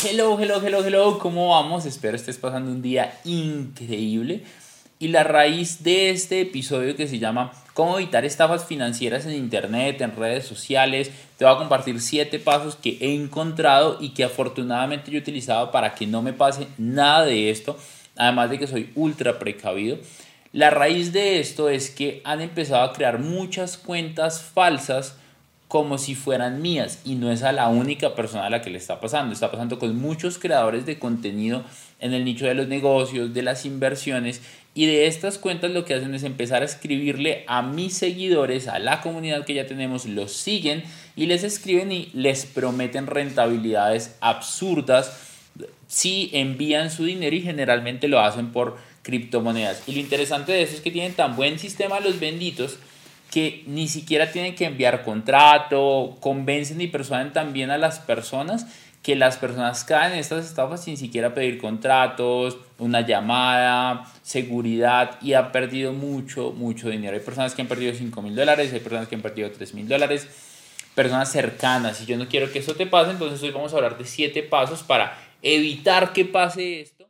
Hello, ¿cómo vamos? Espero estés pasando un día increíble. Y la raíz de este episodio que se llama ¿Cómo evitar estafas financieras en internet, en redes sociales? Te voy a compartir 7 pasos que he encontrado y que afortunadamente yo he utilizado para que no me pase nada de esto. Además de que soy ultra precavido. La raíz de esto es que han empezado a crear muchas cuentas falsas como si fueran mías, y no es a la única persona a la que le está pasando con muchos creadores de contenido en el nicho de los negocios, de las inversiones, y de estas cuentas lo que hacen es empezar a escribirle a mis seguidores, a la comunidad que ya tenemos, los siguen y les escriben y les prometen rentabilidades absurdas si envían su dinero, y generalmente lo hacen por criptomonedas. Y lo interesante de eso es que tienen tan buen sistema los benditos que ni siquiera tienen que enviar contrato, convencen y persuaden también a las personas que las personas caen en estas estafas sin siquiera pedir contratos, una llamada, seguridad, y han perdido mucho dinero. Hay personas que han perdido $5,000, hay personas que han perdido $3,000, personas cercanas, y yo no quiero que eso te pase. Entonces hoy vamos a hablar de 7 pasos para evitar que pase esto.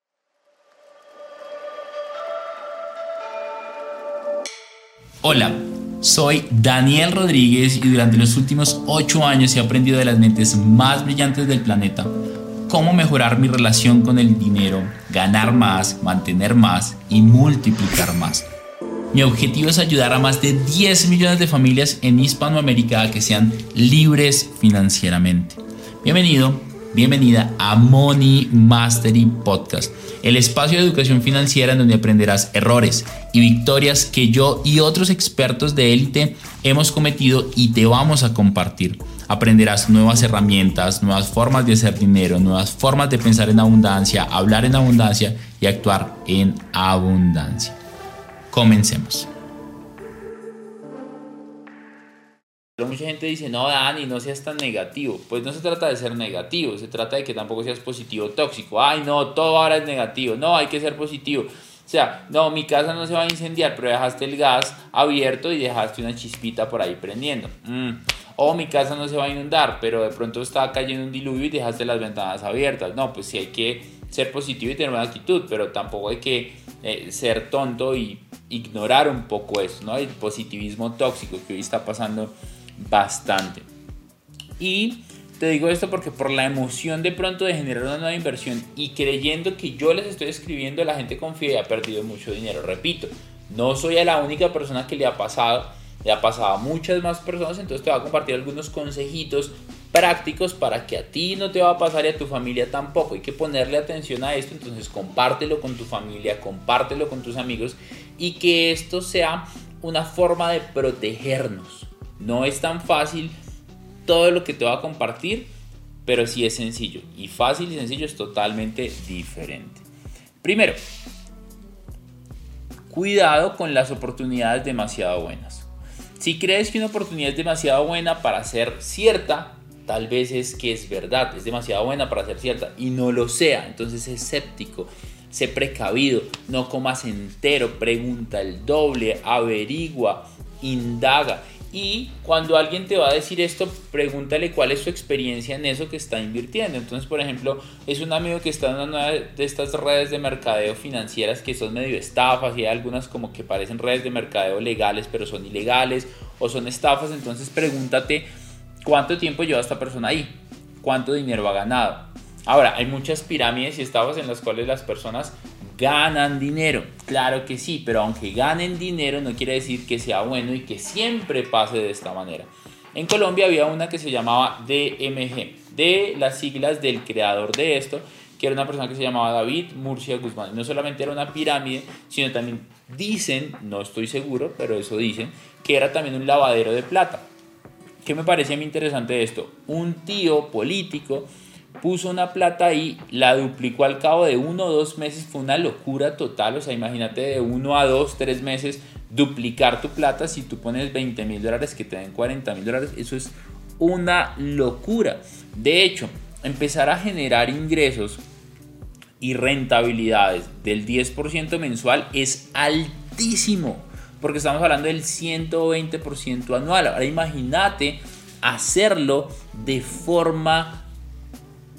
Hola, soy Daniel Rodríguez y durante los últimos 8 años he aprendido de las mentes más brillantes del planeta cómo mejorar mi relación con el dinero, ganar más, mantener más y multiplicar más. Mi objetivo es ayudar a más de 10 millones de familias en Hispanoamérica a que sean libres financieramente. Bienvenida a Money Mastery Podcast, el espacio de educación financiera en donde aprenderás errores y victorias que yo y otros expertos de élite hemos cometido y te vamos a compartir. Aprenderás nuevas herramientas, nuevas formas de hacer dinero, nuevas formas de pensar en abundancia, hablar en abundancia y actuar en abundancia. Comencemos. Mucha gente dice, no, Dani, no seas tan negativo. Pues no se trata de ser negativo, se trata de que tampoco seas positivo tóxico. Ay, no, todo ahora es negativo. No, hay que ser positivo. O sea, no, mi casa no se va a incendiar, pero dejaste el gas abierto y dejaste una chispita por ahí prendiendo. O mi casa no se va a inundar, pero de pronto está cayendo un diluvio y dejaste las ventanas abiertas. No, pues sí hay que ser positivo y tener una actitud, pero tampoco hay que ser tonto y ignorar un poco eso, ¿no? El positivismo tóxico que hoy está pasando bastante. Y te digo esto porque por la emoción de pronto de generar una nueva inversión y creyendo que yo les estoy escribiendo, la gente confía y ha perdido mucho dinero. Repito, no soy a la única persona que le ha pasado a muchas más personas. Entonces te voy a compartir algunos consejitos prácticos para que a ti no te va a pasar y a tu familia tampoco. Hay que ponerle atención a esto, entonces compártelo con tu familia, compártelo con tus amigos, y que esto sea una forma de protegernos. No es tan fácil todo lo que te voy a compartir, pero sí es sencillo. Y fácil y sencillo es totalmente diferente. Primero, cuidado con las oportunidades demasiado buenas. Si crees que una oportunidad es demasiado buena para ser cierta, tal vez es que es verdad, es demasiado buena para ser cierta y no lo sea. Entonces sé escéptico, sé precavido, no comas entero, pregunta el doble, averigua, indaga. Y cuando alguien te va a decir esto, pregúntale cuál es su experiencia en eso que está invirtiendo. Entonces, por ejemplo, es un amigo que está en una de estas redes de mercadeo financieras que son medio estafas, y hay algunas como que parecen redes de mercadeo legales pero son ilegales o son estafas. Entonces pregúntate cuánto tiempo lleva esta persona ahí, cuánto dinero ha ganado. Ahora, hay muchas pirámides y estafas en las cuales las personas ganan dinero, claro que sí, pero aunque ganen dinero no quiere decir que sea bueno y que siempre pase de esta manera. En Colombia había una que se llamaba DMG, de las siglas del creador de esto, que era una persona que se llamaba David Murcia Guzmán. No solamente era una pirámide, sino también dicen, no estoy seguro, pero eso dicen, que era también un lavadero de plata. ¿Qué me parece a mí interesante de esto? Un tío político puso una plata ahí, la duplicó al cabo de 1 o 2 meses. Fue una locura total. O sea, imagínate de 1 a 2, 3 meses duplicar tu plata. Si tú pones $20,000 que te den $40,000, eso es una locura. De hecho, empezar a generar ingresos y rentabilidades del 10% mensual es altísimo, porque estamos hablando del 120% anual. Ahora imagínate hacerlo de forma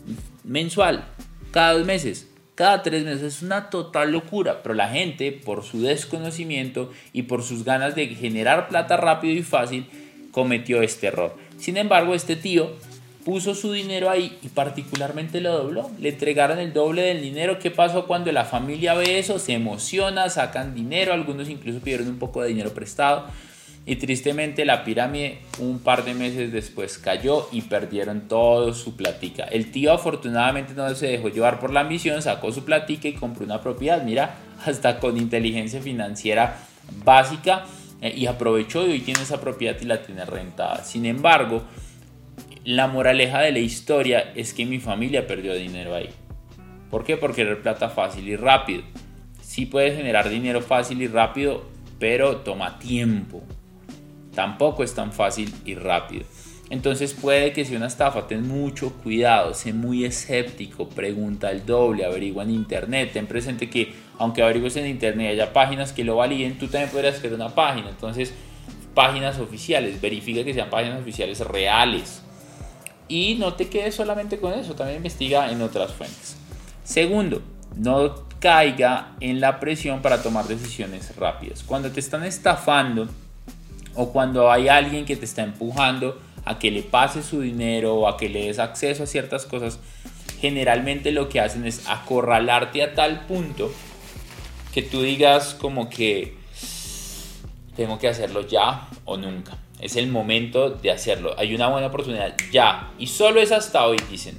mensual, cada 2 meses, cada 3 meses. Es una total locura, pero la gente, por su desconocimiento y por sus ganas de generar plata rápido y fácil, cometió este error. Sin embargo, este tío puso su dinero ahí y particularmente lo dobló. Le entregaron el doble del dinero. ¿Qué pasó cuando la familia ve eso? Se emociona, sacan dinero, algunos incluso pidieron un poco de dinero prestado. Y tristemente la pirámide un par de meses después cayó y perdieron todo su platica. El tío afortunadamente no se dejó llevar por la ambición, sacó su platica y compró una propiedad. Mira, hasta con inteligencia financiera básica, y aprovechó y hoy tiene esa propiedad y la tiene rentada. Sin embargo, la moraleja de la historia es que mi familia perdió dinero ahí. ¿Por qué? Por querer plata fácil y rápido. Sí puedes generar dinero fácil y rápido, pero toma tiempo. Tampoco es tan fácil y rápido. Entonces puede que sea una estafa. Ten mucho cuidado, sé muy escéptico, pregunta el doble, averigua en internet. Ten presente que aunque averigües en internet y haya páginas que lo validen, tú también podrías crear una página. Entonces, páginas oficiales, verifica que sean páginas oficiales reales. Y no te quedes solamente con eso, también investiga en otras fuentes. Segundo, no caiga en la presión para tomar decisiones rápidas. Cuando te están estafando o cuando hay alguien que te está empujando a que le pases su dinero o a que le des acceso a ciertas cosas, generalmente lo que hacen es acorralarte a tal punto que tú digas como que tengo que hacerlo ya o nunca. Es el momento de hacerlo. Hay una buena oportunidad ya. Y solo es hasta hoy, dicen.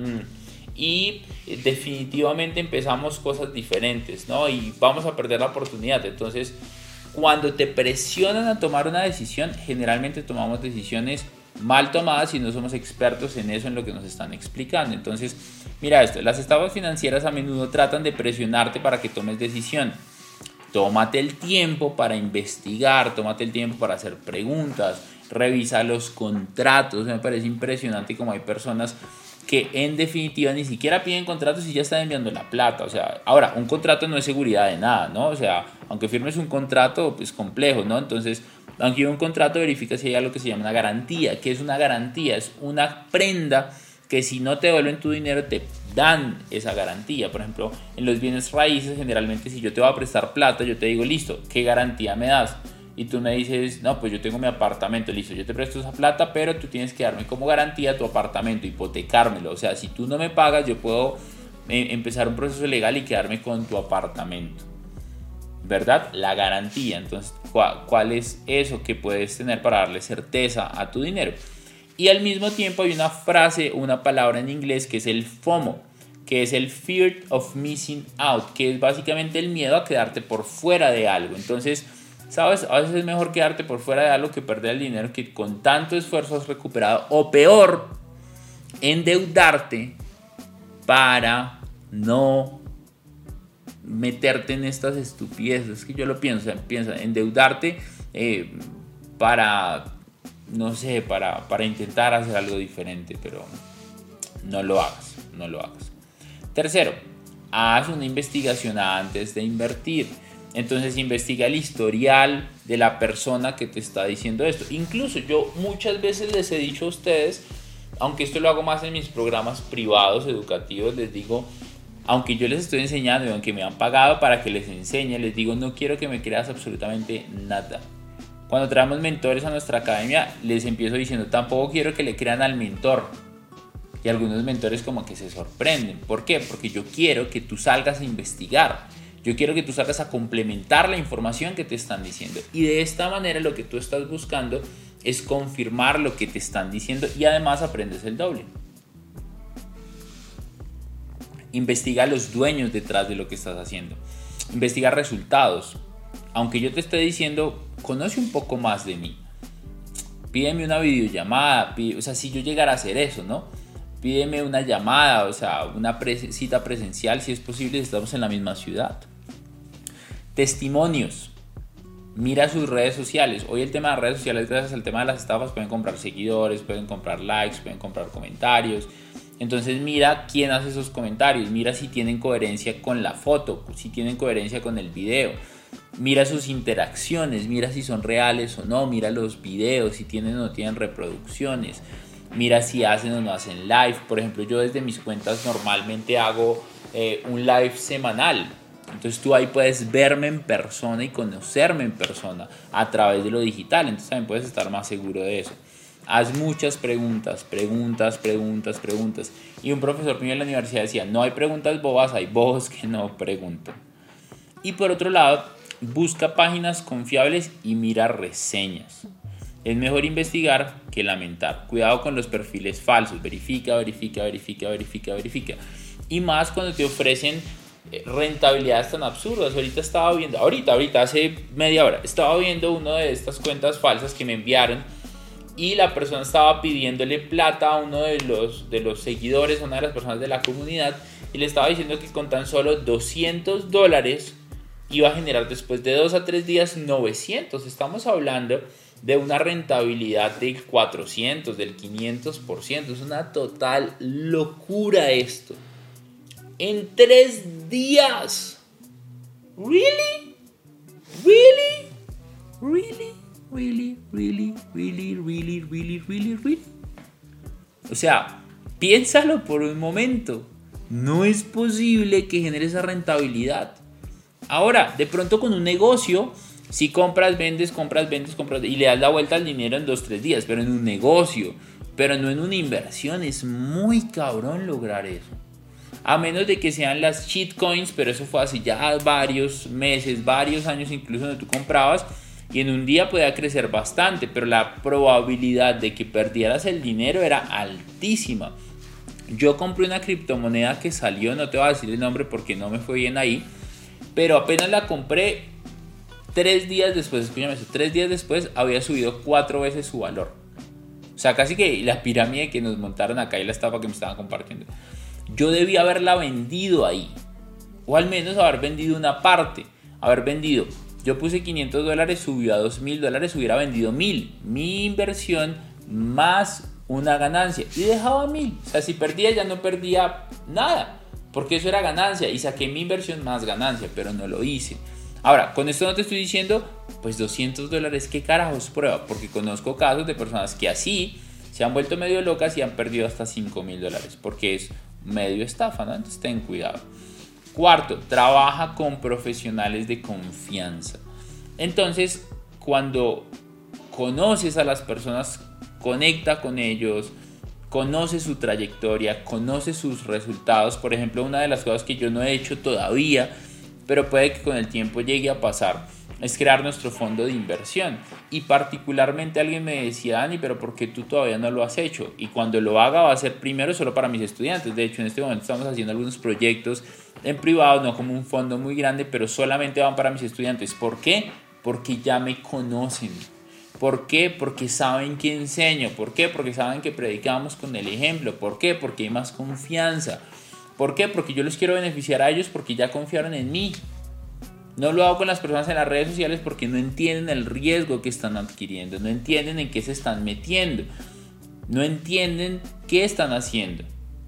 Y definitivamente empezamos cosas diferentes, ¿no? Y vamos a perder la oportunidad. Entonces, cuando te presionan a tomar una decisión, generalmente tomamos decisiones mal tomadas y no somos expertos en eso, en lo que nos están explicando. Entonces, mira esto. Las estafas financieras a menudo tratan de presionarte para que tomes decisión. Tómate el tiempo para investigar, tómate el tiempo para hacer preguntas, revisa los contratos. Me parece impresionante cómo hay personas que en definitiva ni siquiera piden contratos y ya están enviando la plata. O sea, ahora, un contrato no es seguridad de nada, ¿no? O sea, aunque firmes un contrato, pues complejo, ¿no? Entonces, aunque hay un contrato, verifica si hay algo que se llama una garantía. ¿Qué es una garantía? Es una prenda que si no te devuelven tu dinero te dan esa garantía. Por ejemplo, en los bienes raíces, generalmente si yo te voy a prestar plata, yo te digo, listo, ¿qué garantía me das? Y tú me dices, no, pues yo tengo mi apartamento, listo, yo te presto esa plata, pero tú tienes que darme como garantía tu apartamento, hipotecármelo. O sea, si tú no me pagas, yo puedo empezar un proceso legal y quedarme con tu apartamento, ¿verdad? La garantía. Entonces, ¿cuál es eso que puedes tener para darle certeza a tu dinero? Y al mismo tiempo hay una frase, una palabra en inglés que es el FOMO, que es el Fear of Missing Out, que es básicamente el miedo a quedarte por fuera de algo. Entonces, ¿sabes? A veces es mejor quedarte por fuera de algo que perder el dinero que con tanto esfuerzo has recuperado. O peor, endeudarte para no meterte en estas estupideces. Que yo lo pienso, piensa, endeudarte para, no sé, para intentar hacer algo diferente, pero no lo hagas, no lo hagas. Tercero, haz una investigación antes de invertir. Entonces investiga el historial de la persona que te está diciendo esto. Incluso yo muchas veces les he dicho a ustedes, aunque esto lo hago más en mis programas privados educativos, les digo, aunque yo les estoy enseñando y aunque me han pagado para que les enseñe, les digo, no quiero que me creas absolutamente nada. Cuando traemos mentores a nuestra academia, les empiezo diciendo, tampoco quiero que le crean al mentor. Y algunos mentores como que se sorprenden. ¿Por qué? Porque yo quiero que tú salgas a investigar. Yo quiero que tú salgas a complementar la información que te están diciendo. Y de esta manera lo que tú estás buscando es confirmar lo que te están diciendo y además aprendes el doble. Investiga a los dueños detrás de lo que estás haciendo. Investiga resultados. Aunque yo te esté diciendo, conoce un poco más de mí. Pídeme una videollamada. O sea, si yo llegara a hacer eso, ¿no? Pídeme una llamada, o sea, una cita presencial si es posible, si estamos en la misma ciudad. Testimonios. Mira sus redes sociales. Hoy el tema de redes sociales, gracias al tema de las estafas, pueden comprar seguidores, pueden comprar likes, pueden comprar comentarios. Entonces mira quién hace esos comentarios, mira si tienen coherencia con la foto, si tienen coherencia con el video. Mira sus interacciones, mira si son reales o no, mira los videos, si tienen o no tienen reproducciones. mira si hacen o no hacen live. Por ejemplo, yo desde mis cuentas normalmente hago un live semanal. Entonces tú ahí puedes verme en persona y conocerme en persona a través de lo digital. Entonces también puedes estar más seguro de eso. Haz muchas preguntas. Y un profesor mío en la universidad decía, no hay preguntas bobas, hay bobos que no preguntan. Y por otro lado, busca páginas confiables y mira reseñas. Es mejor investigar que lamentar. Cuidado con los perfiles falsos. Verifica. Y más cuando te ofrecen rentabilidades tan absurdas. Ahorita hace media hora, estaba viendo una de estas cuentas falsas que me enviaron y la persona estaba pidiéndole plata a uno de los seguidores, a una de las personas de la comunidad, y le estaba diciendo que con tan solo $200 iba a generar después de 2 a 3 días 900. Estamos hablando de una rentabilidad del 400, del 500%. Es una total locura esto. En 3 días. ¿Really? O sea, piénsalo por un momento. No es posible que genere esa rentabilidad. Ahora, de pronto con un negocio, si compras, vendes y le das la vuelta al dinero en 2-3 días, pero en un negocio, pero no en una inversión, es muy cabrón lograr eso. A menos de que sean las shitcoins, pero eso fue hace ya varios meses, varios años incluso, donde tú comprabas y en un día podía crecer bastante, pero la probabilidad de que perdieras el dinero era altísima. Yo compré una criptomoneda que salió, no te voy a decir el nombre porque no me fue bien ahí, pero apenas la compré, 3 días después, escúchame eso, 3 días después había subido 4 veces su valor. O sea, casi que la pirámide que nos montaron acá y la estafa que me estaban compartiendo. Yo debía haberla vendido ahí, o al menos haber vendido una parte, yo puse $500, subió a $2,000, hubiera vendido 1,000, mi inversión más una ganancia, y dejaba 1,000, o sea, si perdía ya no perdía nada, porque eso era ganancia, y saqué mi inversión más ganancia, pero no lo hice. Ahora, con esto no te estoy diciendo, pues $200, ¿qué carajos prueba? Porque conozco casos de personas que así se han vuelto medio locas y han perdido hasta $5,000, porque es medio estafa, ¿no? Entonces ten cuidado. Cuarto, trabaja con profesionales de confianza. Entonces, cuando conoces a las personas, conecta con ellos, conoce su trayectoria, conoce sus resultados. Por ejemplo, una de las cosas que yo no he hecho todavía, pero puede que con el tiempo llegue a pasar, es crear nuestro fondo de inversión. Y particularmente alguien me decía, Dani, pero ¿por qué tú todavía no lo has hecho? Y cuando lo haga va a ser primero solo para mis estudiantes. De hecho, en este momento estamos haciendo algunos proyectos en privado, no como un fondo muy grande, pero solamente van para mis estudiantes. ¿Por qué? Porque ya me conocen. ¿Por qué? Porque saben que enseño. ¿Por qué? Porque saben que predicamos con el ejemplo. ¿Por qué? Porque hay más confianza. ¿Por qué? Porque yo los quiero beneficiar a ellos porque ya confiaron en mí. No lo hago con las personas en las redes sociales porque no entienden el riesgo que están adquiriendo, no entienden en qué se están metiendo, no entienden qué están haciendo.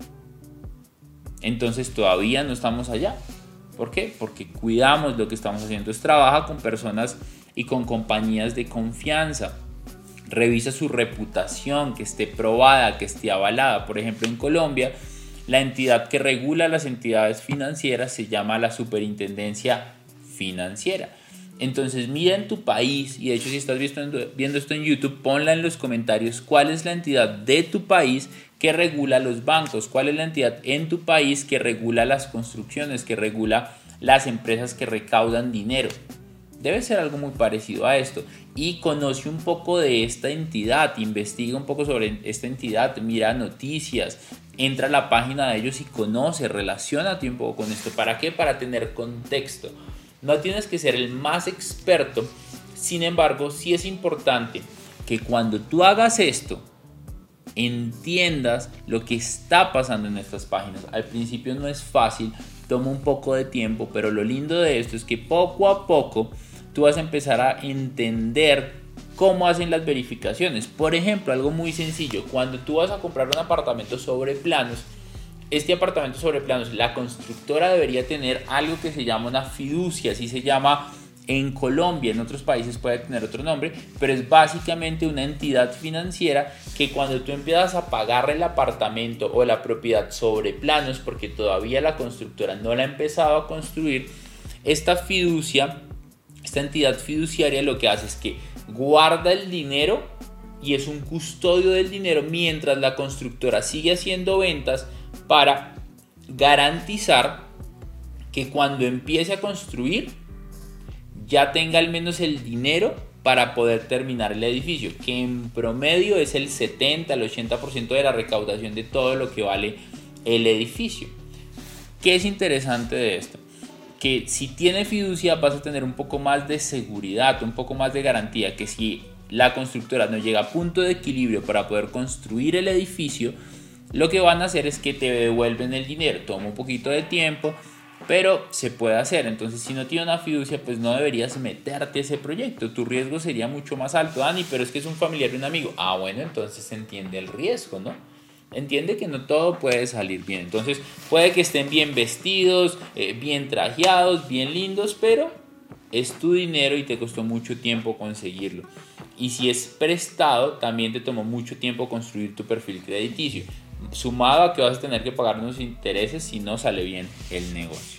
Entonces todavía no estamos allá. ¿Por qué? Porque cuidamos lo que estamos haciendo. Es trabaja con personas y con compañías de confianza. Revisa su reputación, que esté probada, que esté avalada. Por ejemplo, en Colombia, la entidad que regula las entidades financieras se llama la Superintendencia Financiera. Entonces mira en tu país, y de hecho si estás viendo esto en YouTube, ponla en los comentarios cuál es la entidad de tu país que regula los bancos, cuál es la entidad en tu país que regula las construcciones, que regula las empresas que recaudan dinero. Debe ser algo muy parecido a esto. Y conoce un poco de esta entidad, investiga un poco sobre esta entidad, mira noticias, entra a la página de ellos y conoce, relaciónate un poco con esto. ¿Para qué? Para tener contexto. No tienes que ser el más experto, sin embargo, sí es importante que cuando tú hagas esto, entiendas lo que está pasando en estas páginas. Al principio no es fácil, toma un poco de tiempo, pero lo lindo de esto es que poco a poco tú vas a empezar a entender cómo hacen las verificaciones. Por ejemplo, algo muy sencillo, cuando tú vas a comprar un apartamento sobre planos, este apartamento sobre planos, la constructora debería tener algo que se llama una fiducia, así se llama En Colombia, en otros países puede tener otro nombre, pero es básicamente una entidad financiera que cuando tú empiezas a pagar el apartamento o la propiedad sobre planos, porque todavía la constructora no la ha empezado a construir, esta entidad fiduciaria lo que hace es que guarda el dinero y es un custodio del dinero mientras la constructora sigue haciendo ventas para garantizar que cuando empiece a construir ya tenga al menos el dinero para poder terminar el edificio, que en promedio es el 70 al 80% de la recaudación de todo lo que vale el edificio. ¿Qué es interesante de esto? Que si tiene fiducia vas a tener un poco más de seguridad, un poco más de garantía, que si la constructora no llega a punto de equilibrio para poder construir el edificio, lo que van a hacer es que te devuelven el dinero. Toma un poquito de tiempo, pero se puede hacer. Entonces, si no tiene una fiducia, pues no deberías meterte a ese proyecto. Tu riesgo sería mucho más alto. Dani, pero es que es un familiar de un amigo. Ah, bueno, entonces se entiende el riesgo, ¿no? Entiende que no todo puede salir bien. Entonces, puede que estén bien vestidos, bien trajeados, bien lindos, pero es tu dinero y te costó mucho tiempo conseguirlo. Y si es prestado, también te tomó mucho tiempo construir tu perfil crediticio, sumado a que vas a tener que pagar unos intereses si no sale bien el negocio.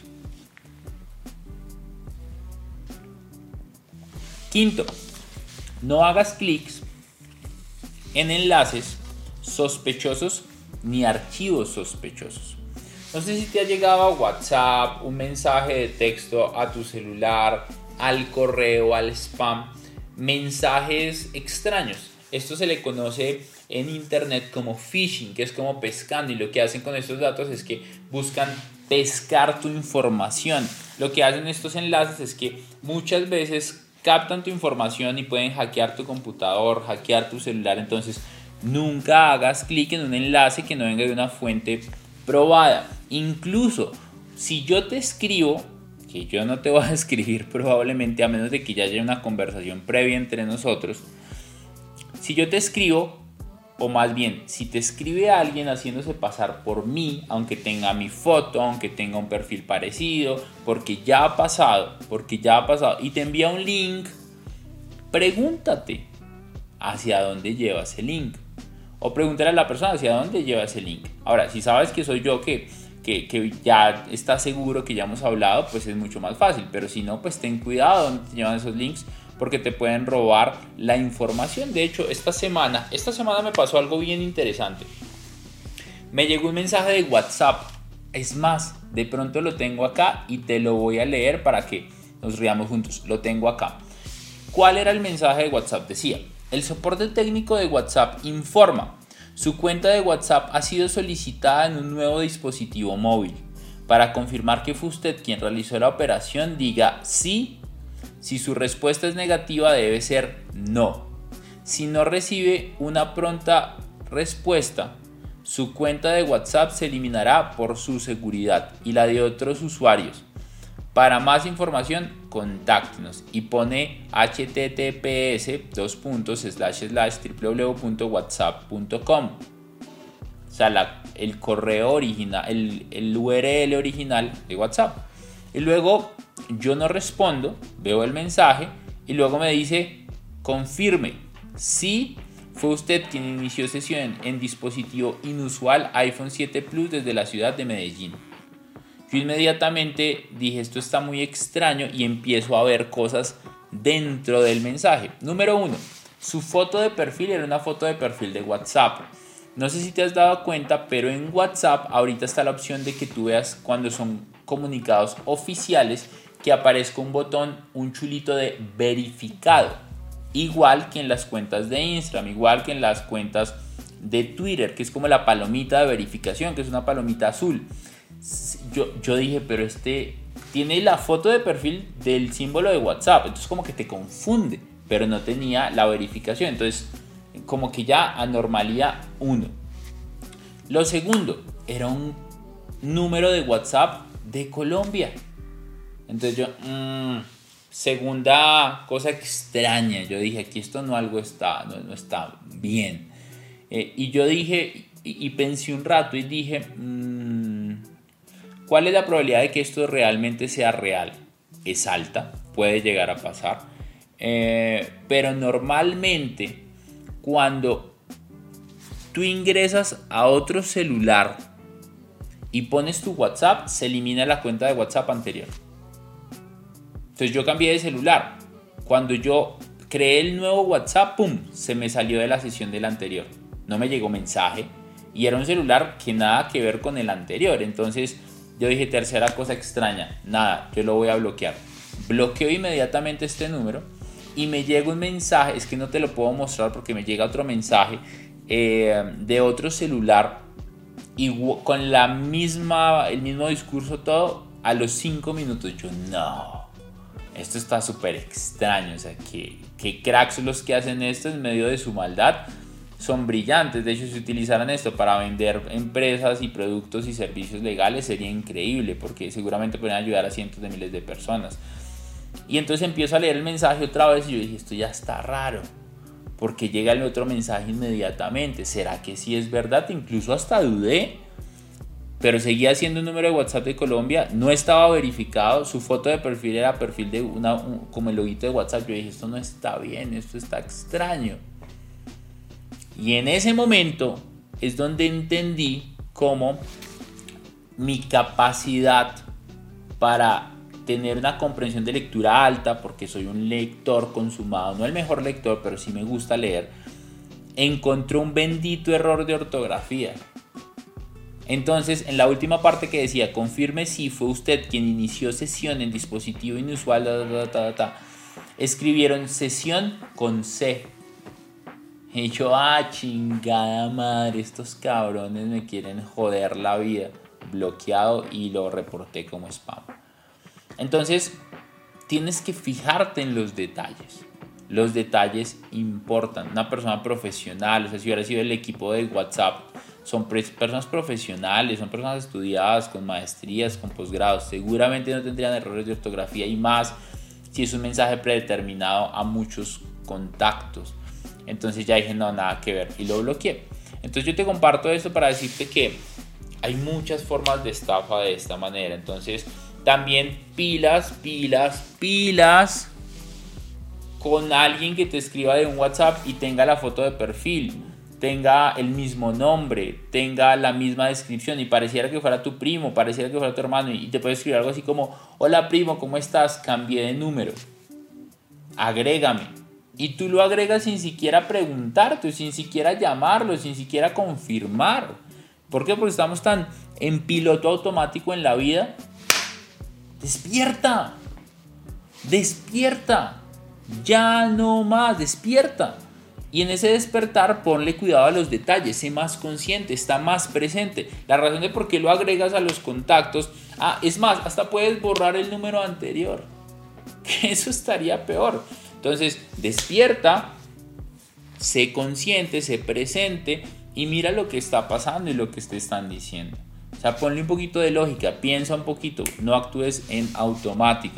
Quinto, no hagas clics en enlaces sospechosos ni archivos sospechosos. No sé si te ha llegado a WhatsApp un mensaje de texto a tu celular, al correo, al spam, mensajes extraños. Esto se le conoce en internet como phishing, que es como pescando, y lo que hacen con estos datos es que buscan pescar tu información. Lo que hacen estos enlaces es que muchas veces captan tu información y pueden hackear tu computador, hackear tu celular. Entonces nunca hagas clic en un enlace que no venga de una fuente probada. Incluso si yo te escribo, que yo no te voy a escribir probablemente a menos de que ya haya una conversación previa entre nosotros, si yo te escribo, o más bien, si te escribe alguien haciéndose pasar por mí, aunque tenga mi foto, aunque tenga un perfil parecido, porque ya ha pasado, y te envía un link, pregúntate hacia dónde lleva ese link. O pregúntale a la persona hacia dónde lleva ese link. Ahora, si sabes que soy yo que ya está seguro que ya hemos hablado, pues es mucho más fácil. Pero si no, pues ten cuidado dónde te llevan esos links, porque te pueden robar la información. De hecho, esta semana me pasó algo bien interesante. Me llegó un mensaje de WhatsApp. Es más, de pronto lo tengo acá y te lo voy a leer para que nos riamos juntos. Lo tengo acá. ¿Cuál era el mensaje de WhatsApp? Decía: el soporte técnico de WhatsApp informa: su cuenta de WhatsApp ha sido solicitada en un nuevo dispositivo móvil. Para confirmar que fue usted quien realizó la operación, diga sí. Si su respuesta es negativa, debe ser no. Si no recibe una pronta respuesta, su cuenta de WhatsApp se eliminará por su seguridad y la de otros usuarios. Para más información, contáctenos, y pone https://www.whatsapp.com. O sea, el correo original, el URL original de WhatsApp. Y luego yo no respondo, veo el mensaje y luego me dice: confirme si fue usted quien inició sesión en dispositivo inusual iPhone 7 Plus desde la ciudad de Medellín. Yo inmediatamente dije: esto está muy extraño, y empiezo a ver cosas dentro del mensaje. Número 1, su foto de perfil era una foto de perfil de WhatsApp. No sé si te has dado cuenta, pero en WhatsApp ahorita está la opción de que tú veas cuando son comunicados oficiales que aparezca un botón, un chulito de verificado, igual que en las cuentas de Instagram, igual que en las cuentas de Twitter, que es como la palomita de verificación, que es una palomita azul. Yo dije, pero este tiene la foto de perfil del símbolo de WhatsApp, entonces como que te confunde, pero no tenía la verificación. Entonces como que ya anormalía 1. Lo segundo, era un número de WhatsApp de Colombia. Entonces yo, segunda cosa extraña, yo dije: aquí esto no está bien. Y yo dije, y pensé un rato y dije, ¿cuál es la probabilidad de que esto realmente sea real? Es alta, puede llegar a pasar. Pero normalmente cuando tú ingresas a otro celular y pones tu WhatsApp, se elimina la cuenta de WhatsApp anterior. Entonces yo cambié de celular. Cuando yo creé el nuevo WhatsApp, ¡pum!, se me salió de la sesión del anterior. No me llegó mensaje y era un celular que nada que ver con el anterior. Entonces yo dije, tercera cosa extraña, nada, yo lo voy a bloquear. Bloqueo inmediatamente este número y me llega un mensaje, es que no te lo puedo mostrar porque me llega otro mensaje de otro celular y con el mismo discurso todo. A los 5 minutos yo, no, esto está súper extraño. O sea, que cracks los que hacen esto en medio de su maldad. Son brillantes. De hecho, si utilizaran esto para vender empresas y productos y servicios legales, sería increíble, porque seguramente pueden ayudar a cientos de miles de personas. Y entonces empiezo a leer el mensaje otra vez y yo dije, esto ya está raro, porque llega el otro mensaje inmediatamente. ¿Será que sí es verdad? Incluso hasta dudé, pero seguía siendo un número de WhatsApp de Colombia, no estaba verificado, su foto de perfil era perfil de como el loguito de WhatsApp. Yo dije, esto no está bien, esto está extraño. Y en ese momento es donde entendí cómo mi capacidad para tener una comprensión de lectura alta, porque soy un lector consumado, no el mejor lector, pero sí me gusta leer, encontró un bendito error de ortografía. Entonces, en la última parte que decía, confirme si fue usted quien inició sesión en dispositivo inusual, escribieron sesión con C. Y yo, chingada madre, estos cabrones me quieren joder la vida. Bloqueado y lo reporté como spam. Entonces, tienes que fijarte en los detalles. Los detalles importan. Una persona profesional, o sea, si hubiera sido el equipo de WhatsApp, son personas profesionales, son personas estudiadas, con maestrías, con posgrados. Seguramente no tendrían errores de ortografía, y más si es un mensaje predeterminado a muchos contactos. Entonces ya dije, no, nada que ver, y lo bloqueé. Entonces yo te comparto esto para decirte que hay muchas formas de estafa de esta manera. Entonces también pilas con alguien que te escriba de un WhatsApp y tenga la foto de perfil, tenga el mismo nombre, tenga la misma descripción y pareciera que fuera tu primo, pareciera que fuera tu hermano, y te puede escribir algo así como, hola primo, ¿cómo estás? Cambié de número, agrégame. Y tú lo agregas sin siquiera preguntarte, sin siquiera llamarlo, sin siquiera confirmar. ¿Por qué? Porque estamos tan en piloto automático en la vida. Despierta. Ya no más, despierta. Y en ese despertar ponle cuidado a los detalles, sé más consciente, está más presente. La razón de por qué lo agregas a los contactos, es más, hasta puedes borrar el número anterior. Que eso estaría peor. Entonces, despierta, sé consciente, sé presente y mira lo que está pasando y lo que te están diciendo. O sea, ponle un poquito de lógica, piensa un poquito, no actúes en automático.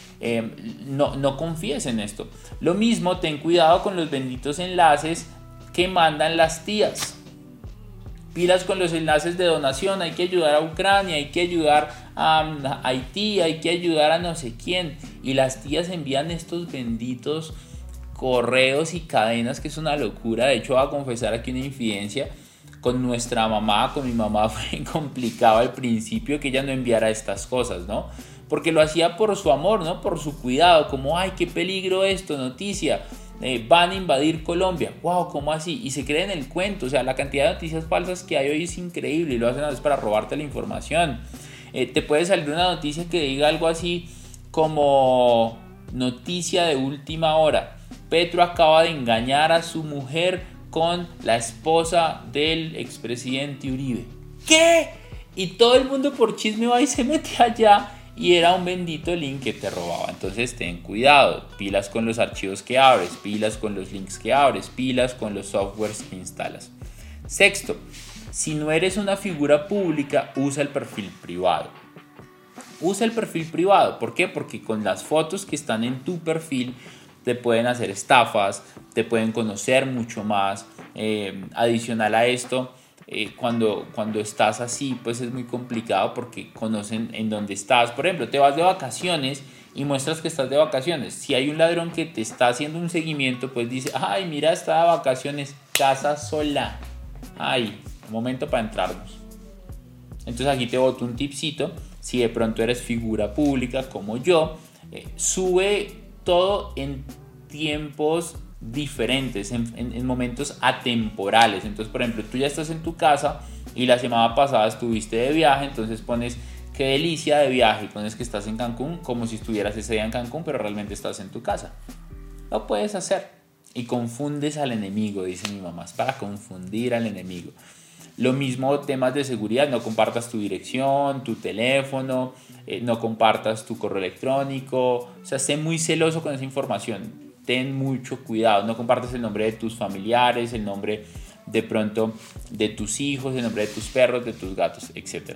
No confíes en esto. Lo mismo, ten cuidado con los benditos enlaces que mandan las tías. Pilas con los enlaces de donación, hay que ayudar a Ucrania, hay que ayudar a Haití, hay que ayudar a no sé quién. Y las tías envían estos benditos correos y cadenas que es una locura. De hecho, voy a confesar aquí una infidencia. Con nuestra mamá, con mi mamá fue complicado al principio que ella no enviara estas cosas, ¿no? Porque lo hacía por su amor, ¿no? Por su cuidado, como, ay, qué peligro esto, noticia. Van a invadir Colombia. Wow, ¿cómo así? Y se creen el cuento. O sea, la cantidad de noticias falsas que hay hoy es increíble y lo hacen a veces para robarte la información. Te puede salir una noticia que diga algo así como noticia de última hora. Petro acaba de engañar a su mujer con la esposa del expresidente Uribe. ¿Qué? Y todo el mundo por chisme va y se mete allá. Y era un bendito link que te robaba. Entonces ten cuidado, pilas con los archivos que abres, pilas con los links que abres, pilas con los softwares que instalas. Sexto, si no eres una figura pública, usa el perfil privado. Usa el perfil privado, ¿por qué? Porque con las fotos que están en tu perfil te pueden hacer estafas, te pueden conocer mucho más. Adicional a esto, cuando estás así, pues es muy complicado porque conocen en dónde estás. Por ejemplo, te vas de vacaciones y muestras que estás de vacaciones. Si hay un ladrón que te está haciendo un seguimiento, pues dice, ay, mira, está de vacaciones, casa sola. Ay, momento para entrarnos. Entonces aquí te boto un tipcito. Si de pronto eres figura pública como yo, sube todo en tiempos diferentes, en momentos atemporales. Entonces, por ejemplo, tú ya estás en tu casa y la semana pasada estuviste de viaje, entonces pones qué delicia de viaje, pones que estás en Cancún como si estuvieras ese día en Cancún, pero realmente estás en tu casa. Lo puedes hacer y confundes al enemigo, dice mi mamá, es para confundir al enemigo. Lo mismo temas de seguridad, no compartas tu dirección, tu teléfono, no compartas tu correo electrónico, o sea, sé muy celoso con esa información, ten mucho cuidado, no compartas el nombre de tus familiares, el nombre de pronto de tus hijos, el nombre de tus perros, de tus gatos, etc.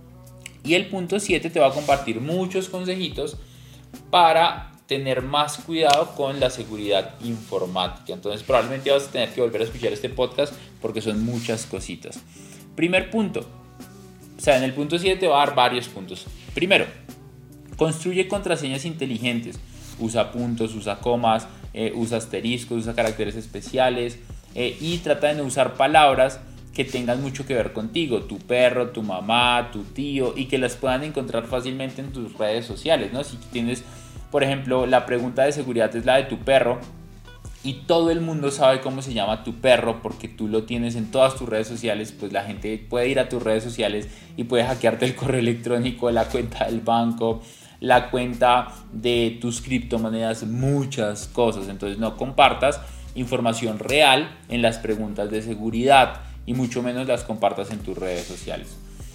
Y el punto 7 te va a compartir muchos consejitos para tener más cuidado con la seguridad informática. Entonces probablemente vas a tener que volver a escuchar este podcast porque son muchas cositas. Primer punto, o sea, en el punto 7 te va a dar varios puntos. Primero, construye contraseñas inteligentes. Usa puntos, usa comas, usa asteriscos, usa caracteres especiales y trata de no usar palabras que tengan mucho que ver contigo, tu perro, tu mamá, tu tío, y que las puedan encontrar fácilmente en tus redes sociales, ¿no? Si tienes, por ejemplo, la pregunta de seguridad es la de tu perro y todo el mundo sabe cómo se llama tu perro porque tú lo tienes en todas tus redes sociales, pues la gente puede ir a tus redes sociales y puede hackearte el correo electrónico, la cuenta del banco, la cuenta de tus criptomonedas, muchas cosas. Entonces no compartas información real en las preguntas de seguridad y mucho menos las compartas en tus redes sociales.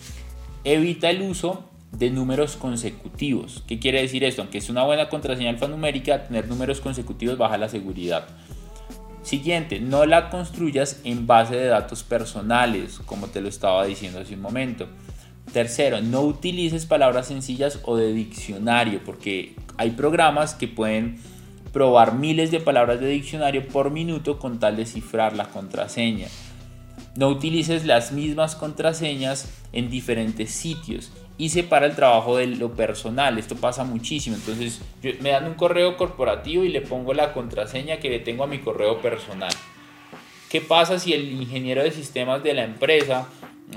Evita el uso de números consecutivos. ¿Qué quiere decir esto? Aunque es una buena contraseña alfanumérica, tener números consecutivos baja la seguridad. Siguiente, no la construyas en base de datos personales, como te lo estaba diciendo hace un momento. Tercero, no utilices palabras sencillas o de diccionario, porque hay programas que pueden probar miles de palabras de diccionario por minuto con tal de cifrar la contraseña. No utilices las mismas contraseñas en diferentes sitios y separa el trabajo de lo personal. Esto pasa muchísimo. Entonces me dan un correo corporativo y le pongo la contraseña que le tengo a mi correo personal. ¿Qué pasa si el ingeniero de sistemas de la empresa,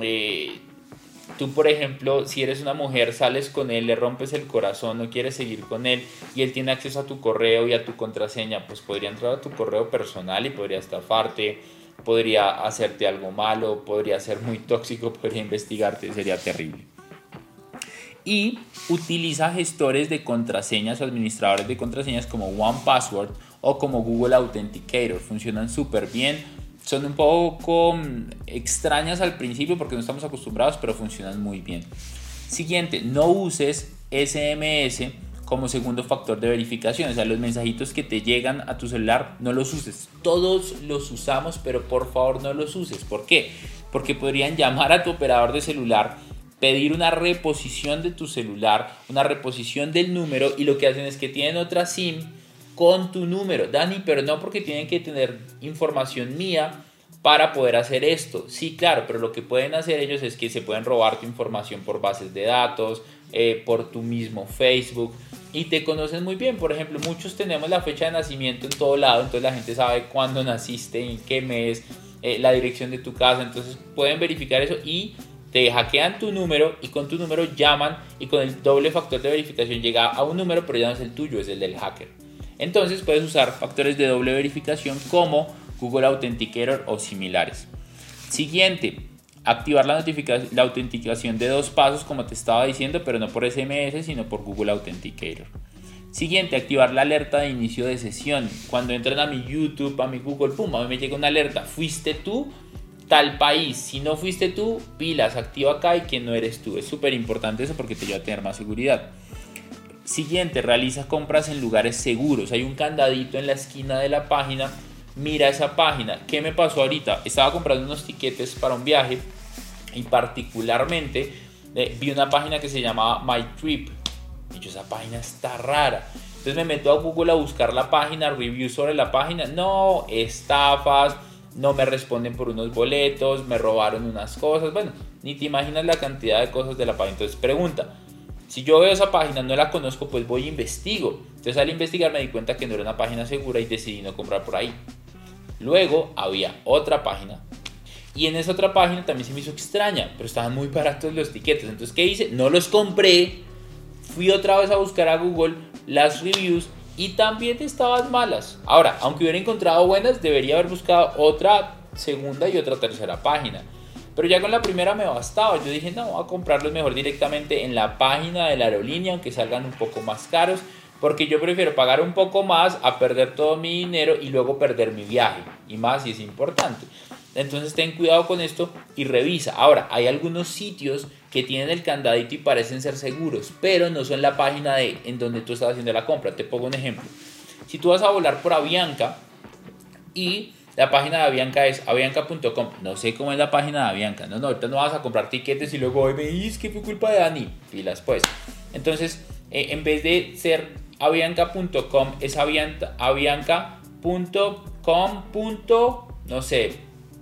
tú por ejemplo, si eres una mujer, sales con él, le rompes el corazón, no quieres seguir con él y él tiene acceso a tu correo y a tu contraseña? Pues podría entrar a tu correo personal y podría estafarte, podría hacerte algo malo, podría ser muy tóxico, podría investigarte, sería terrible. Y utiliza gestores de contraseñas o administradores de contraseñas como 1Password o como Google Authenticator. Funcionan súper bien. Son un poco extrañas al principio porque no estamos acostumbrados, pero funcionan muy bien. Siguiente, no uses SMS como segundo factor de verificación. O sea, los mensajitos que te llegan a tu celular, no los uses. Todos los usamos, pero por favor no los uses. ¿Por qué? Porque podrían llamar a tu operador de celular, pedir una reposición de tu celular, una reposición del número, y lo que hacen es que tienen otra SIM con tu número. Dani, pero no, porque tienen que tener información mía para poder hacer esto. Sí, claro, pero lo que pueden hacer ellos es que se pueden robar tu información por bases de datos, por tu mismo Facebook, y te conocen muy bien. Por ejemplo, muchos tenemos la fecha de nacimiento en todo lado, entonces la gente sabe cuándo naciste, en qué mes, la dirección de tu casa, entonces pueden verificar eso y te hackean tu número, y con tu número llaman y con el doble factor de verificación llega a un número, pero ya no es el tuyo, es el del hacker. Entonces puedes usar factores de doble verificación como Google Authenticator o similares. Siguiente, activar la autenticación de 2 pasos, como te estaba diciendo, pero no por SMS, sino por Google Authenticator. Siguiente, activar la alerta de inicio de sesión. Cuando entran a mi YouTube, a mi Google, pum, a mí me llega una alerta. ¿Fuiste tú? Tal país. Si no fuiste tú, pilas, activa acá y que no eres tú. Es súper importante eso porque te ayuda a tener más seguridad. Siguiente, realiza compras en lugares seguros. Hay un candadito en la esquina de la página. Mira esa página. ¿Qué me pasó ahorita? Estaba comprando unos tiquetes para un viaje y particularmente vi una página que se llamaba My Trip. Y yo, esa página está rara. Entonces me meto a Google a buscar la página, reviews sobre la página. No, estafas. No me responden por unos boletos, me robaron unas cosas. Bueno, ni te imaginas la cantidad de cosas de la página. Entonces pregunta, Si yo veo esa página, no la conozco, pues voy e investigo. Entonces al investigar me di cuenta que no era una página segura y decidí no comprar por ahí. Luego había otra página y en esa otra página también se me hizo extraña, pero estaban muy baratos los tiquetes. Entonces, ¿qué hice? No los compré, fui otra vez a buscar a Google las reviews y también estaban malas. Ahora, aunque hubiera encontrado buenas, debería haber buscado otra segunda y otra tercera página. Pero ya con la primera me bastaba. Yo dije, no, voy a comprarlos mejor directamente en la página de la aerolínea, aunque salgan un poco más caros, porque yo prefiero pagar un poco más a perder todo mi dinero y luego perder mi viaje, y más si es importante. Entonces ten cuidado con esto y revisa. Ahora, hay algunos sitios que tienen el candadito y parecen ser seguros, pero no son la página en donde tú estás haciendo la compra. Te pongo un ejemplo. Si tú vas a volar por Avianca y la página de Avianca es avianca.com. No sé cómo es la página de Avianca. No, ahorita no vas a comprar tiquetes y luego hoy me dices que fue culpa de Dani. Pilas pues. Entonces, en vez de ser avianca.com, es avianca.com. No sé,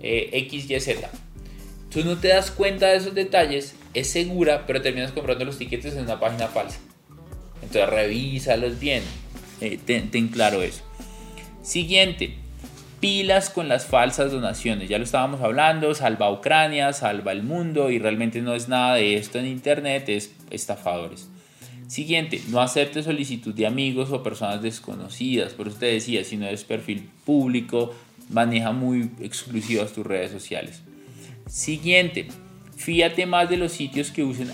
XYZ. Tú no te das cuenta de esos detalles, es segura, pero terminas comprando los tiquetes en una página falsa. Entonces, revísalos bien. Ten claro eso. Siguiente. Pilas con las falsas donaciones, ya lo estábamos hablando, salva Ucrania, salva el mundo y realmente no es nada de esto en internet, es estafadores. Siguiente, no aceptes solicitud de amigos o personas desconocidas, por eso te decía, si no eres perfil público, maneja muy exclusivas tus redes sociales. Siguiente, fíjate más de los sitios que usen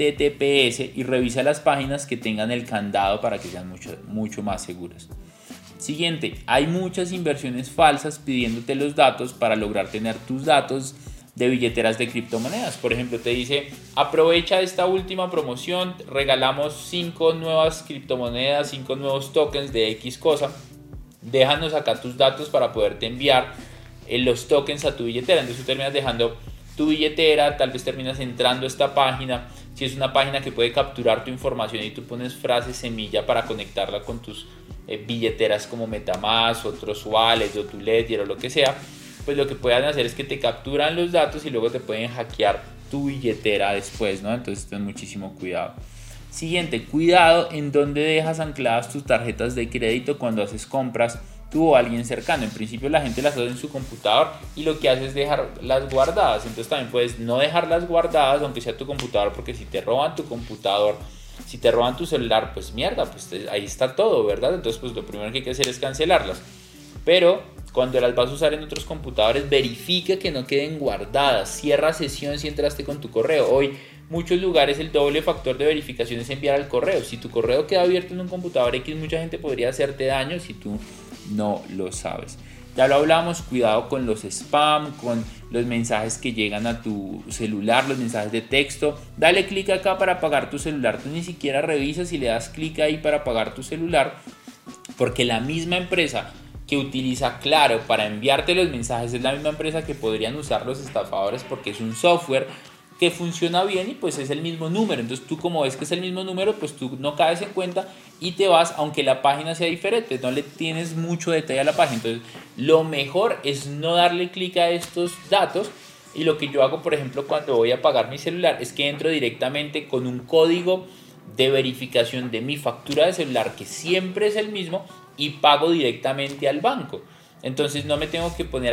HTTPS y revisa las páginas que tengan el candado para que sean mucho más seguras. Siguiente, hay muchas inversiones falsas pidiéndote los datos para lograr tener tus datos de billeteras de criptomonedas. Por ejemplo, te dice, aprovecha esta última promoción, regalamos 5 nuevas criptomonedas, 5 nuevos tokens de X cosa. Déjanos acá tus datos para poderte enviar los tokens a tu billetera. Entonces tú terminas dejando tu billetera, tal vez terminas entrando a esta página. Si es una página que puede capturar tu información y tú pones frases semilla para conectarla con tus billeteras como MetaMask, otros wallets o tu Ledger o lo que sea, pues lo que puedan hacer es que te capturan los datos y luego te pueden hackear tu billetera después, ¿no? Entonces ten muchísimo cuidado. Siguiente, cuidado en dónde dejas ancladas tus tarjetas de crédito cuando haces compras tú o alguien cercano. En principio la gente las hace en su computador y lo que hace es dejarlas guardadas. Entonces también puedes no dejarlas guardadas aunque sea tu computador, porque si te roban tu computador, si te roban tu celular, pues mierda, pues ahí está todo, ¿verdad? Entonces pues lo primero que hay que hacer es cancelarlas. Pero cuando las vas a usar en otros computadores, verifica que no queden guardadas. Cierra sesión si entraste con tu correo. Hoy muchos lugares el doble factor de verificación es enviar al correo. Si tu correo queda abierto en un computador X, mucha gente podría hacerte daño si tú no lo sabes. Ya lo hablamos, cuidado con los spam, con los mensajes que llegan a tu celular, los mensajes de texto. Dale clic acá para apagar tu celular. Tú ni siquiera revisas si le das clic ahí para apagar tu celular, porque la misma empresa que utiliza Claro para enviarte los mensajes es la misma empresa que podrían usar los estafadores, porque es un software que funciona bien y pues es el mismo número. Entonces tú, como ves que es el mismo número, pues tú no caes en cuenta y te vas, aunque la página sea diferente, no le tienes mucho detalle a la página. Entonces lo mejor es no darle clic a estos datos. Y lo que yo hago, por ejemplo, cuando voy a pagar mi celular, es que entro directamente con un código de verificación de mi factura de celular, que siempre es el mismo, y pago directamente al banco. Entonces no me tengo que poner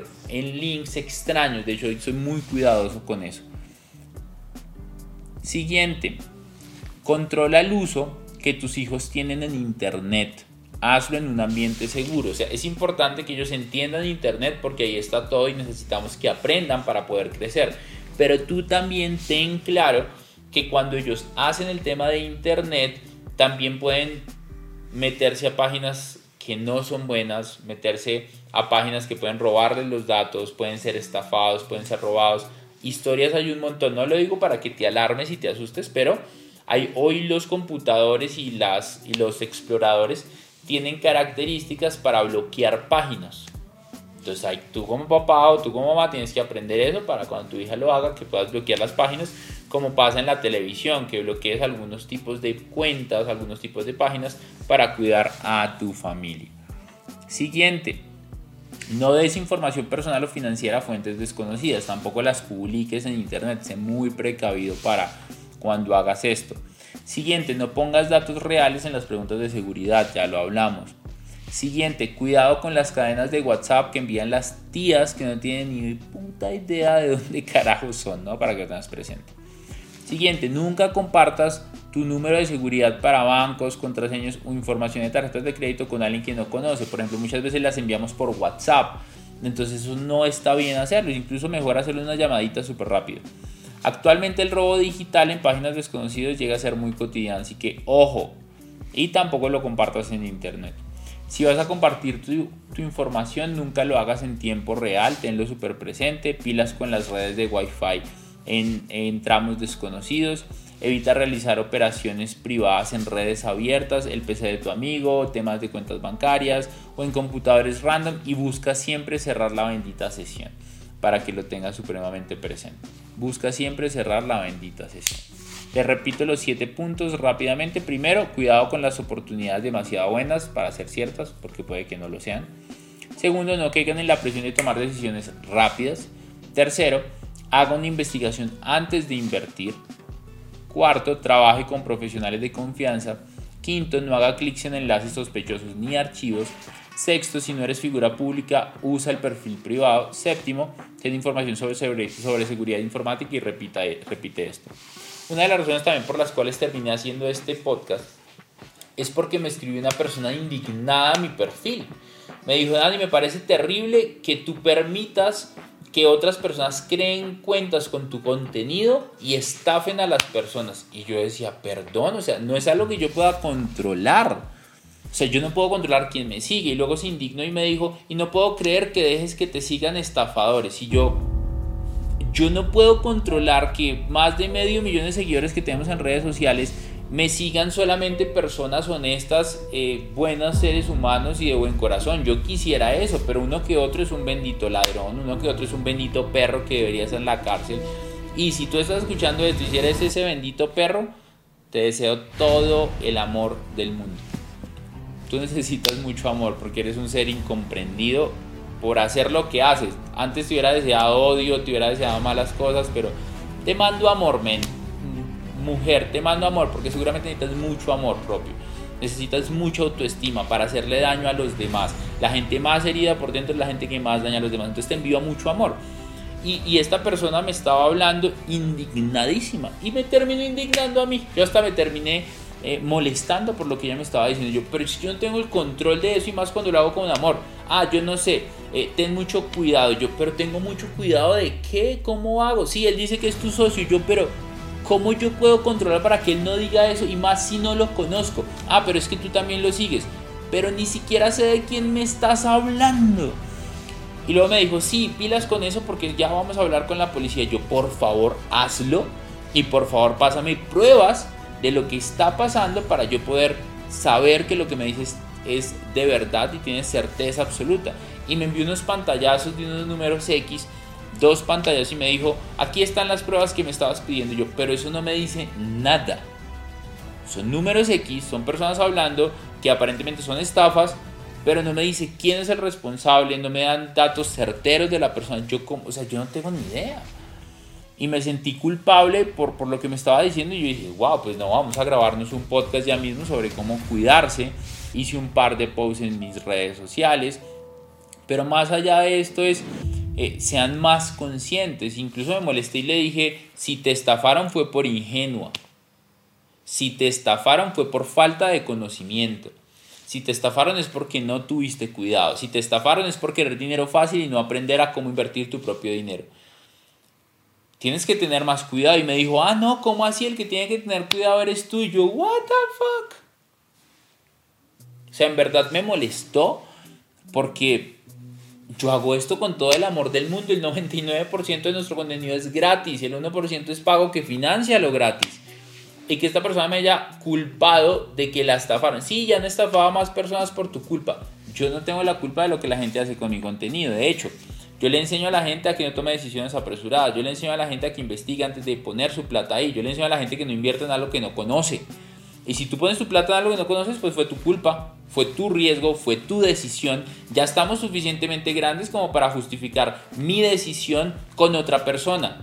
en links extraños. De hecho, soy muy cuidadoso con eso. Siguiente, controla el uso que tus hijos tienen en internet. Hazlo en un ambiente seguro. O sea, es importante que ellos entiendan internet, porque ahí está todo y necesitamos que aprendan para poder crecer. Pero tú también ten claro que cuando ellos hacen el tema de internet, también pueden meterse a páginas que no son buenas, meterse a páginas que pueden robarles los datos, pueden ser estafados, pueden ser robados. Historias hay un montón, no lo digo para que te alarmes y te asustes, pero hoy los computadores y los exploradores tienen características para bloquear páginas. Entonces tú como papá o tú como mamá tienes que aprender eso para cuando tu hija lo haga, que puedas bloquear las páginas, como pasa en la televisión, que bloquees algunos tipos de cuentas, algunos tipos de páginas para cuidar a tu familia. Siguiente. No des información personal o financiera a fuentes desconocidas, tampoco las publiques en internet, sé muy precavido para cuando hagas esto. Siguiente, no pongas datos reales en las preguntas de seguridad, ya lo hablamos. Siguiente, cuidado con las cadenas de WhatsApp que envían las tías que no tienen ni puta idea de dónde carajo son, ¿no? Para que lo tengas presente. Siguiente, nunca compartas tu número de seguridad para bancos, contraseñas o información de tarjetas de crédito con alguien que no conoce. Por ejemplo, muchas veces las enviamos por WhatsApp, entonces eso no está bien hacerlo, incluso mejor hacerle una llamadita súper rápido. Actualmente el robo digital en páginas desconocidas llega a ser muy cotidiano, así que ojo, y tampoco lo compartas en internet. Si vas a compartir tu información, nunca lo hagas en tiempo real, tenlo súper presente, pilas con las redes de Wi-Fi en tramos desconocidos, evita realizar operaciones privadas en redes abiertas, el PC de tu amigo, temas de cuentas bancarias o en computadores random y busca siempre cerrar la bendita sesión para que lo tengas supremamente presente. Busca siempre cerrar la bendita sesión. Te repito los 7 puntos rápidamente. Primero, cuidado con las oportunidades demasiado buenas para ser ciertas, porque puede que no lo sean. Segundo, no caigan en la presión de tomar decisiones rápidas. Tercero, haga una investigación antes de invertir. Cuarto, trabaje con profesionales de confianza. Quinto, no haga clics en enlaces sospechosos ni archivos. Sexto, si no eres figura pública, usa el perfil privado. Séptimo, ten información sobre seguridad informática y repite esto. Una de las razones también por las cuales terminé haciendo este podcast es porque me escribió una persona indignada a mi perfil. Me dijo: Dani, me parece terrible que tú permitas que otras personas creen cuentas con tu contenido y estafen a las personas. Y yo decía, perdón, o sea, no es algo que yo pueda controlar. O sea, yo no puedo controlar quién me sigue. Y luego se indignó y me dijo: y no puedo creer que dejes que te sigan estafadores. Y yo no puedo controlar que más de 500,000 de seguidores que tenemos en redes sociales me sigan solamente personas honestas, buenos seres humanos y de buen corazón. Yo quisiera eso, pero uno que otro es un bendito ladrón, uno que otro es un bendito perro que debería estar en la cárcel. Y si tú estás escuchando esto y si eres ese bendito perro, te deseo todo el amor del mundo. Tú necesitas mucho amor porque eres un ser incomprendido por hacer lo que haces. Antes te hubiera deseado odio, te hubiera deseado malas cosas, pero te mando amor, men. Mujer, te mando amor porque seguramente necesitas mucho amor propio. Necesitas mucha autoestima para hacerle daño a los demás. La gente más herida por dentro es la gente que más daña a los demás. Entonces te envío mucho amor. Y esta persona me estaba hablando indignadísima y me terminó indignando a mí. Yo hasta me terminé molestando por lo que ella me estaba diciendo. Yo, pero si yo no tengo el control de eso, y más cuando lo hago con amor. Yo no sé, ten mucho cuidado. Yo, pero tengo mucho cuidado de qué, cómo hago. Sí, él dice que es tu socio. Yo, pero ¿cómo yo puedo controlar para que él no diga eso? Y más si no lo conozco. Pero es que tú también lo sigues. Pero ni siquiera sé de quién me estás hablando. Y luego me dijo: sí, pilas con eso porque ya vamos a hablar con la policía. Yo, por favor, hazlo. Y por favor, pásame pruebas de lo que está pasando para yo poder saber que lo que me dices es de verdad y tienes certeza absoluta. Y me envió unos pantallazos de unos números X, 2 pantallas, y me dijo: aquí están las pruebas que me estabas pidiendo. Yo, pero eso no me dice nada. Son números X, son personas hablando que aparentemente son estafas, pero no me dice quién es el responsable, no me dan datos certeros de la persona. Yo no tengo ni idea. Y me sentí culpable por lo que me estaba diciendo. Y yo dije: wow, pues no, vamos a grabarnos un podcast ya mismo sobre cómo cuidarse. Hice un par de posts en mis redes sociales. Pero más allá de esto sean más conscientes. Incluso me molesté y le dije: si te estafaron fue por ingenua. Si te estafaron fue por falta de conocimiento. Si te estafaron es porque no tuviste cuidado. Si te estafaron es por querer dinero fácil y no aprender a cómo invertir tu propio dinero. Tienes que tener más cuidado. Y me dijo: no, ¿cómo así? El que tiene que tener cuidado eres tú. Y yo, what the fuck. O sea, en verdad me molestó porque yo hago esto con todo el amor del mundo. El 99% de nuestro contenido es gratis. El 1% es pago que financia lo gratis. Y que esta persona me haya culpado de que la estafaron. Sí, ya han estafado a más personas por tu culpa. Yo no tengo la culpa de lo que la gente hace con mi contenido. De hecho, yo le enseño a la gente a que no tome decisiones apresuradas. Yo le enseño a la gente a que investigue antes de poner su plata ahí. Yo le enseño a la gente que no invierta en algo que no conoce. Y si tú pones tu plata en algo que no conoces, pues fue tu culpa, fue tu riesgo, fue tu decisión. Ya estamos suficientemente grandes como para justificar mi decisión con otra persona.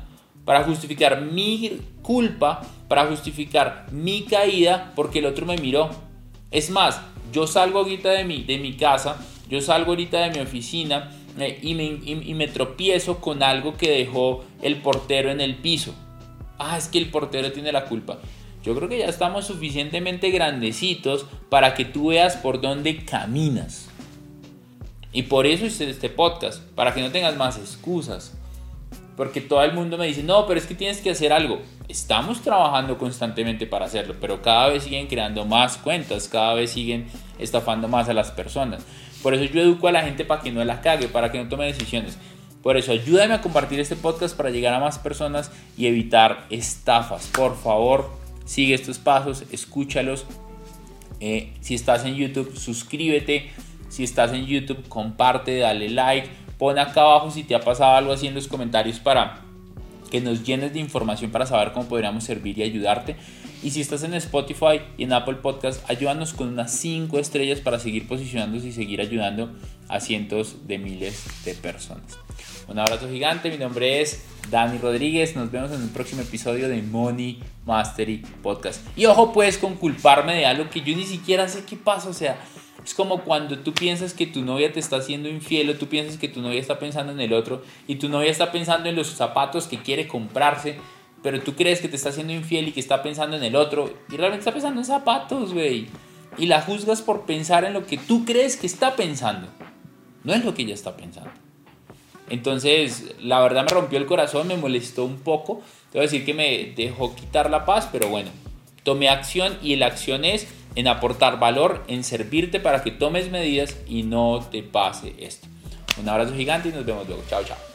para justificar mi culpa, para justificar mi caída porque el otro me miró. Es más, yo salgo ahorita de mi casa, yo salgo ahorita de mi oficina y me tropiezo con algo que dejó el portero en el piso. Es que el portero tiene la culpa. Yo creo que ya estamos suficientemente grandecitos para que tú veas por dónde caminas. Y por eso hice este podcast, para que no tengas más excusas. Porque todo el mundo me dice, no, pero es que tienes que hacer algo. Estamos trabajando constantemente para hacerlo, pero cada vez siguen creando más cuentas, cada vez siguen estafando más a las personas. Por eso yo educo a la gente para que no la cague, para que no tome decisiones. Por eso ayúdame a compartir este podcast para llegar a más personas y evitar estafas. Por favor, sigue estos pasos, escúchalos. Si estás en YouTube, suscríbete. Si estás en YouTube, comparte, dale like. Pon acá abajo si te ha pasado algo así en los comentarios para que nos llenes de información para saber cómo podríamos servir y ayudarte. Y si estás en Spotify y en Apple Podcast, ayúdanos con unas 5 estrellas para seguir posicionándose y seguir ayudando a cientos de miles de personas. Un abrazo gigante, mi nombre es Dani Rodríguez, nos vemos en el próximo episodio de Money Mastery Podcast. Y ojo pues con culparme de algo que yo ni siquiera sé qué pasa, o sea, es como cuando tú piensas que tu novia te está haciendo infiel o tú piensas que tu novia está pensando en el otro y tu novia está pensando en los zapatos que quiere comprarse, pero tú crees que te está haciendo infiel y que está pensando en el otro y realmente está pensando en zapatos, güey. Y la juzgas por pensar en lo que tú crees que está pensando, no es lo que ella está pensando. Entonces, la verdad me rompió el corazón, me molestó un poco. Te voy a decir que me dejó quitar la paz, pero bueno, tomé acción y la acción es en aportar valor, en servirte para que tomes medidas y no te pase esto. Un abrazo gigante y nos vemos luego. Chao, chao.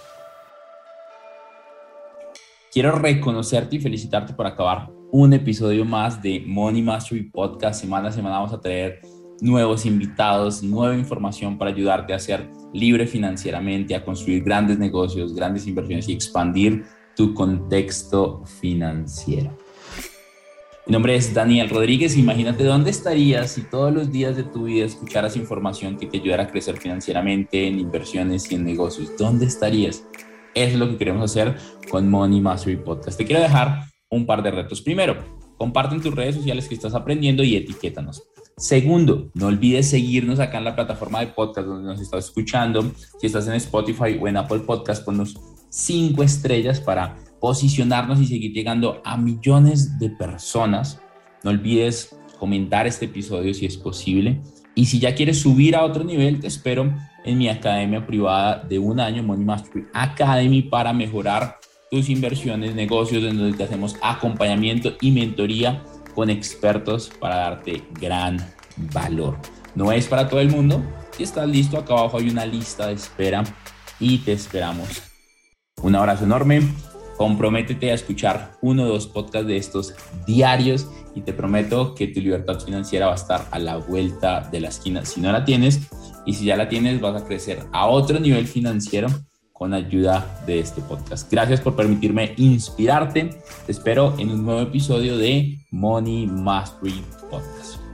Quiero reconocerte y felicitarte por acabar un episodio más de Money Mastery Podcast. Semana a semana vamos a traer nuevos invitados, nueva información para ayudarte a ser libre financieramente, a construir grandes negocios, grandes inversiones y expandir tu contexto financiero. Mi nombre es Daniel Rodríguez. Imagínate dónde estarías si todos los días de tu vida escucharas información que te ayudara a crecer financieramente en inversiones y en negocios. ¿Dónde estarías? Eso es lo que queremos hacer con Money Mastery Podcast. Te quiero dejar un par de retos. Primero, comparte en tus redes sociales que estás aprendiendo y etiquétanos. Segundo, no olvides seguirnos acá en la plataforma de podcast donde nos estás escuchando. Si estás en Spotify o en Apple Podcast, ponnos 5 estrellas para posicionarnos y seguir llegando a millones de personas. No olvides comentar este episodio si es posible. Y si ya quieres subir a otro nivel, te espero en mi academia privada de 1 año, Money Mastery Academy, para mejorar tus inversiones, negocios, en donde te hacemos acompañamiento y mentoría con expertos para darte gran valor. No es para todo el mundo. Si estás listo, acá abajo hay una lista de espera y te esperamos. Un abrazo enorme. Comprométete a escuchar 1 o 2 podcasts de estos diarios y te prometo que tu libertad financiera va a estar a la vuelta de la esquina. Si no la tienes y si ya la tienes, vas a crecer a otro nivel financiero con ayuda de este podcast. Gracias por permitirme inspirarte. Te espero en un nuevo episodio de Money Mastery Podcast.